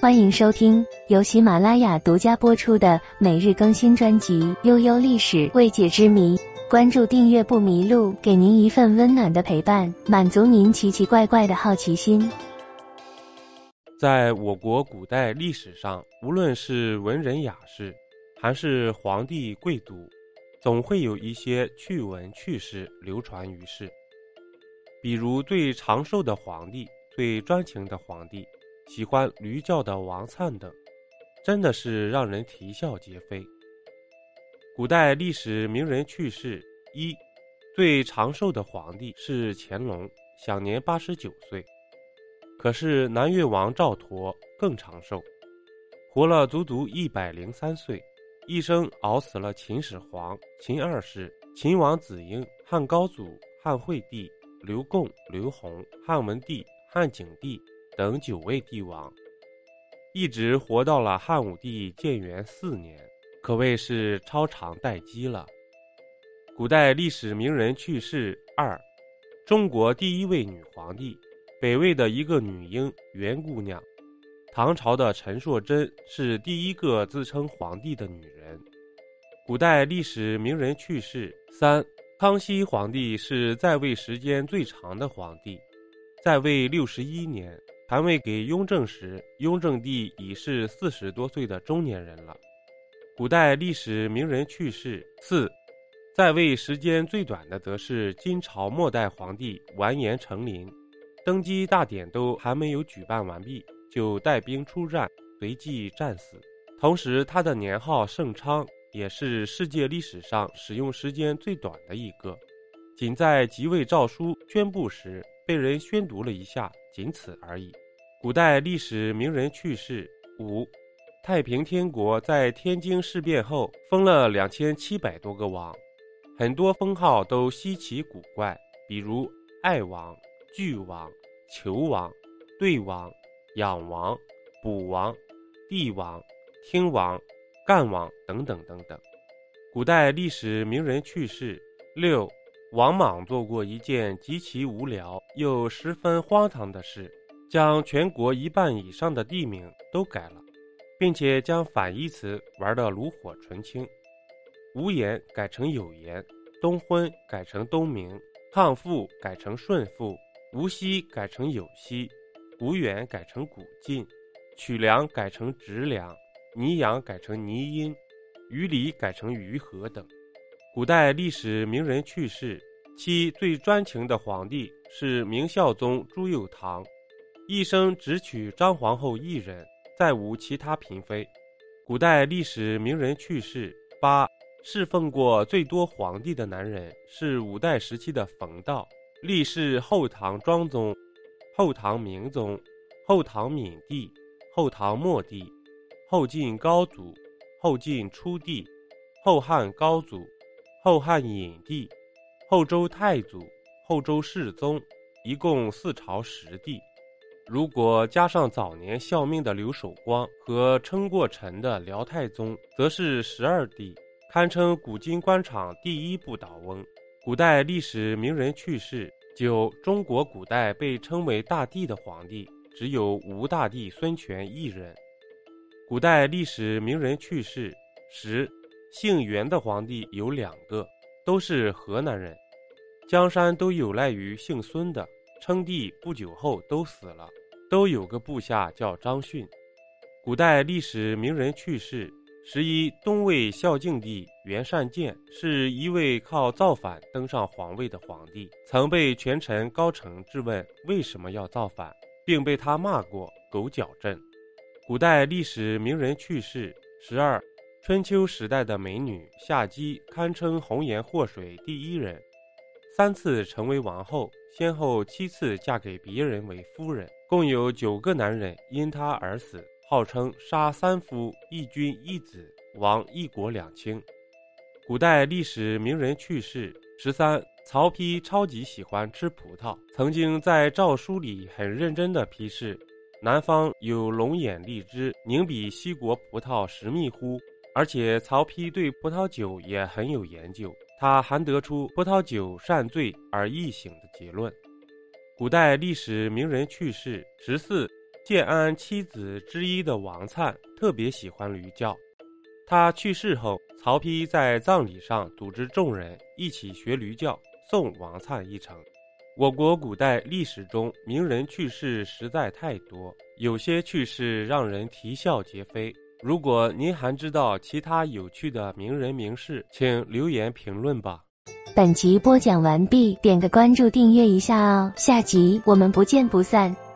欢迎收听由喜马拉雅独家播出的每日更新专辑《悠悠历史未解之谜》，关注订阅不迷路，给您一份温暖的陪伴，满足您奇奇怪怪的好奇心。 在我国古代历史上，无论是文人雅士，还是皇帝贵族，总会有一些趣闻趣事流传于世。比如最长寿的皇帝、最专情的皇帝、喜欢驴叫的王粲等，真的是让人啼笑皆非。古代历史名人趣事一，最长寿的皇帝是乾隆，享年89岁。可是南越王赵佗更长寿，活了足足103岁，一生熬死了秦始皇、秦二世、秦王子婴、汉高祖、汉惠帝、刘贡、刘宏、汉文帝、汉景帝等9位帝王，一直活到了汉武帝建元4年，可谓是超长待机了。古代历史名人趣事2，中国第一位女皇帝，北魏的一个女婴袁姑娘。唐朝的陈硕真是第一个自称皇帝的女人。古代历史名人趣事3，康熙皇帝是在位时间最长的皇帝，在位61年，传位给雍正时，雍正帝已是40多岁的中年人了。古代历史名人趣事4，在位时间最短的则是金朝末代皇帝完颜成林，登基大典都还没有举办完毕，就带兵出战，随即战死。同时他的年号盛昌也是世界历史上使用时间最短的一个，仅在即位诏书宣布时被人宣读了一下，仅此而已。古代历史名人趣事5，太平天国在天津事变后封了2700多个王，很多封号都稀奇古怪，比如爱王、巨王、求王、对王、养王、补王、帝王、听王、干王等等等等。古代历史名人趣事6，王莽做过一件极其无聊又十分荒唐的事，将全国1半以上的地名都改了，并且将反义词玩得炉火纯青。无言改成有言，东昏改成东明，抗父改成顺父，无锡改成有锡，古远改成古晋，曲梁改成直梁，泥阳改成泥阴，于里改成于河等。古代历史名人趣事7，最专情的皇帝是明孝宗朱佑樘，一生只娶张皇后一人，再无其他嫔妃。古代历史名人趣事8，侍奉过最多皇帝的男人是5代时期的冯道，历仕后唐庄宗、后唐明宗、后唐闵帝、后唐末帝、后晋高祖、后晋初帝、后汉高祖、后汉隐帝、后周太祖、后周世宗，一共4朝10帝。如果加上早年效命的刘守光和称过臣的辽太宗，则是12帝，堪称古今官场第一不倒翁。古代历史名人趣事9，中国古代被称为大帝的皇帝只有吴大帝孙权一人。古代历史名人趣事10，姓袁的皇帝有2个，都是河南人，江山都有赖于姓孙的，称帝不久后都死了，都有个部下叫张逊。古代历史名人趣事11，东魏孝静帝袁善建是一位靠造反登上皇位的皇帝，曾被权臣高澄质问为什么要造反，并被他骂过狗脚阵。古代历史名人趣事12，春秋时代的美女夏姬堪称红颜祸水第一人，3次成为王后，先后7次嫁给别人为夫人，共有9个男人因她而死，号称杀3夫1君1子，亡1国2卿。古代历史名人趣事13，曹丕超级喜欢吃葡萄，曾经在诏书里很认真地批示南方有龙眼荔枝，宁比西国葡萄实密乎？而且曹丕对葡萄酒也很有研究，他还得出葡萄酒善醉而易醒的结论。古代历史名人趣事14， 建安七子之一的王粲特别喜欢驴叫。他去世后，曹丕在葬礼上组织众人一起学驴叫，送王粲一程。我国古代历史中名人去世实在太多，有些去世让人啼笑皆非。如果您还知道其他有趣的名人名事，请留言评论吧。 本集播讲完毕，点个关注订阅一下哦，下集我们不见不散。